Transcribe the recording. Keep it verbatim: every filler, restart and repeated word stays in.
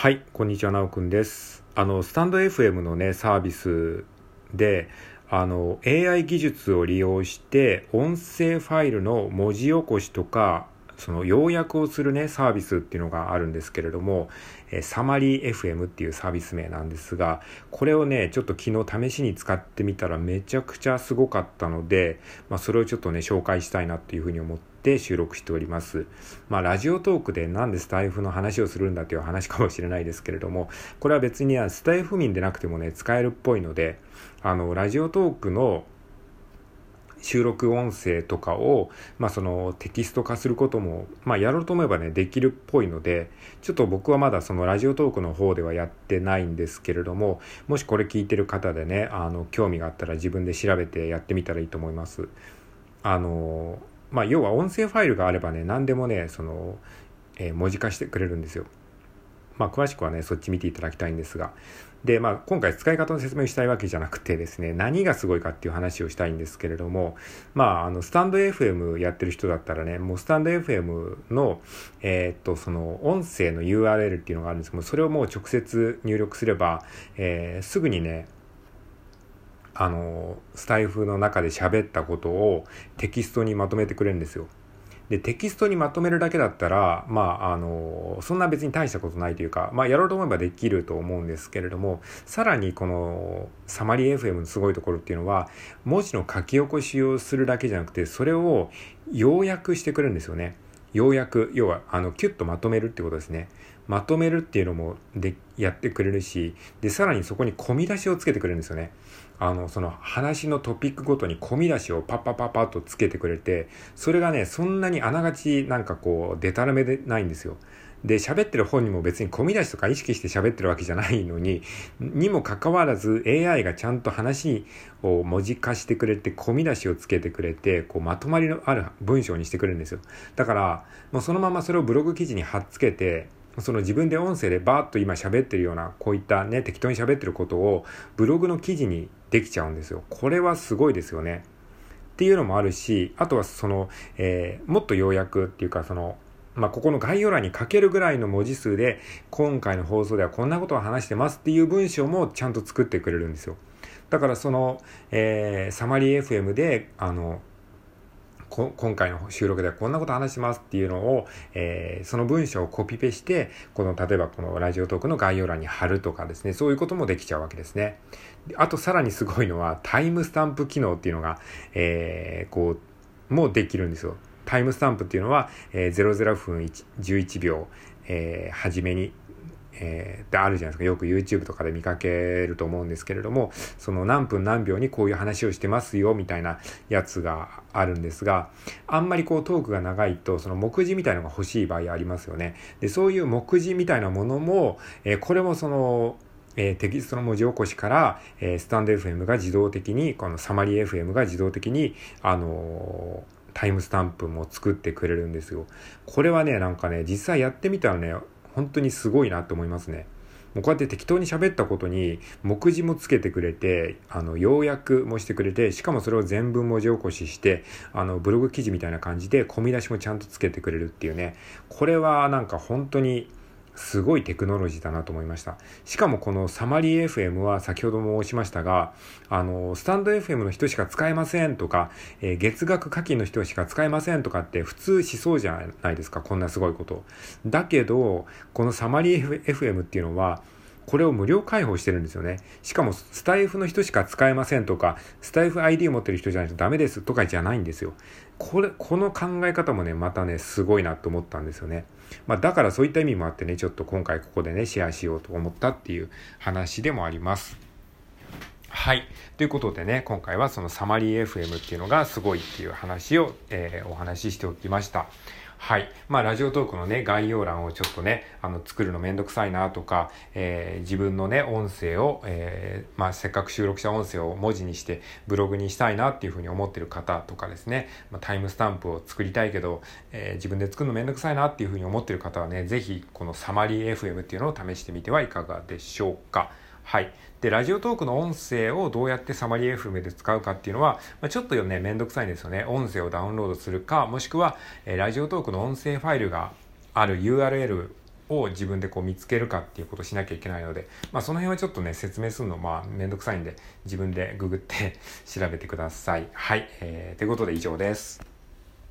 はい、こんにちは、なおくんです。あの、スタンド エフエム のね、サービスで、あの、エーアイ 技術を利用して、音声ファイルの文字起こしとか、その要約をするね、サービスっていうのがあるんですけれども、えーサマリー エフエム っていうサービス名なんですが、これをね、ちょっと昨日試しに使ってみたらめちゃくちゃすごかったので、まあ、それをちょっとね、紹介したいなっていうふうに思って収録しております。まあ、ラジオトークでなんでスタイフの話をするんだっていう話かもしれないですけれども、これは別にスタイフ民でなくてもね、使えるっぽいので、あの、ラジオトークの収録音声とかを、まあ、そのテキスト化することも、まあ、やろうと思えばねできるっぽいので、ちょっと僕はまだそのラジオトークの方ではやってないんですけれども、もしこれ聞いてる方でね、あの興味があったら自分で調べてやってみたらいいと思います。あのまあ要は音声ファイルがあればね、何でもねその、えー文字化してくれるんですよ。まあ、詳しくはねそっち見ていただきたいんですが、で、まあ、今回使い方の説明をしたいわけじゃなくてですね、何がすごいかっていう話をしたいんですけれども、まあ、あのスタンド エフエム やってる人だったらね、もうスタンド エフエム の、えーっとその音声の ユーアールエル っていうのがあるんですけども、それをもう直接入力すれば、えーすぐにねあのスタイフの中で喋ったことをテキストにまとめてくれるんですよ。でテキストにまとめるだけだったら、まあ、あのそんな別に大したことないというか、まあ、やろうと思えばできると思うんですけれども、さらにこのサマリー エフエム のすごいところっていうのは、文字の書き起こしをするだけじゃなくて、それを要約してくれるんですよね。要約、要はあのキュッとまとめるってことですね。まとめるっていうのもでやってくれるし、でさらにそこに込み出しをつけてくれるんですよね。あのその話のトピックごとに込み出しをパッパッパッパッとつけてくれて、それがねそんなにあながちなんかこうデタラメでないんですよ。で喋ってる本人も別に込み出しとか意識して喋ってるわけじゃないのににもかかわらず エーアイ がちゃんと話を文字化してくれて、込み出しをつけてくれて、こうまとまりのある文章にしてくれるんですよ。だからもうそのままそれをブログ記事に貼っつけて、その自分で音声でバーッと今喋ってるようなこういったね適当に喋ってることをブログの記事にできちゃうんですよ。これはすごいですよねっていうのもあるし、あとはその、えーもっと要約っていうか、そのまあ、ここの概要欄に書けるぐらいの文字数で、今回の放送ではこんなことを話してますっていう文章もちゃんと作ってくれるんですよ。だからその、えーサマリー エフエム であのこ今回の収録ではこんなこと話しますっていうのを、えーその文章をコピペして、この例えばこのラジオトークの概要欄に貼るとかですね、そういうこともできちゃうわけですね。であとさらにすごいのはタイムスタンプ機能っていうのが、えーこうもうできるんですよ。タイムスタンプっていうのは、えー、ゼロゼロふんじゅういちびょう、えー、初めにえー、ってあるじゃないですか。よく YouTube とかで見かけると思うんですけれども、その何分何秒にこういう話をしてますよみたいなやつがあるんですが、あんまりこうトークが長いとその目次みたいなのが欲しい場合ありますよね。でそういう目次みたいなものも、えー、これもそのえー、テキストの文字起こしから、えー、スタンド エフエム が自動的に、このサマリー エフエム が自動的にあのータイムスタンプも作ってくれるんですよ。これはねなんかね実際やってみたらね本当にすごいなと思いますね。もうこうやって適当に喋ったことに目次もつけてくれて、あの要約もしてくれて、しかもそれを全文文字起こしして、あのブログ記事みたいな感じで込み出しもちゃんとつけてくれるっていうね、これはなんか本当にすごいテクノロジーだなと思いました。しかもこのサマリー エフエム は先ほども申しましたが、あのスタンド エフエム の人しか使えませんとか、えー月額課金の人しか使えませんとかって普通しそうじゃないですか、こんなすごいこと。だけどこのサマリー エフエム っていうのはこれを無料開放してるんですよね。しかもスタイフの人しか使えませんとか、スタイフ アイディー を持ってる人じゃないとダメですとかじゃないんですよ。これこの考え方もねまたねすごいなと思ったんですよね。まあ、だからそういった意味もあってね、ちょっと今回ここでねシェアしようと思ったっていう話でもあります。はい。ということでね、今回はそのサマリー エフエム っていうのがすごいっていう話を、えーお話ししておきました。はい。まあ、ラジオトークのね、概要欄をちょっとね、あの、作るのめんどくさいなとか、えー自分のね、音声を、えーまあ、せっかく収録した音声を文字にしてブログにしたいなっていうふうに思ってる方とかですね、まあ、タイムスタンプを作りたいけど、えー自分で作るのめんどくさいなっていうふうに思ってる方はね、ぜひこのサマリー エフエム っていうのを試してみてはいかがでしょうか。はい。で、ラジオトークの音声をどうやってサマリー エフエム で使うかっていうのは、まあ、ちょっとね、めんどくさいんですよね。音声をダウンロードするか、もしくは、えーラジオトークの音声ファイルがある ユーアールエルを自分でこう見つけるかっていうことをしなきゃいけないので、まあその辺はちょっとね説明するのまあめんどくさいんで自分でググって調べてください。はい、えー、ということで以上です。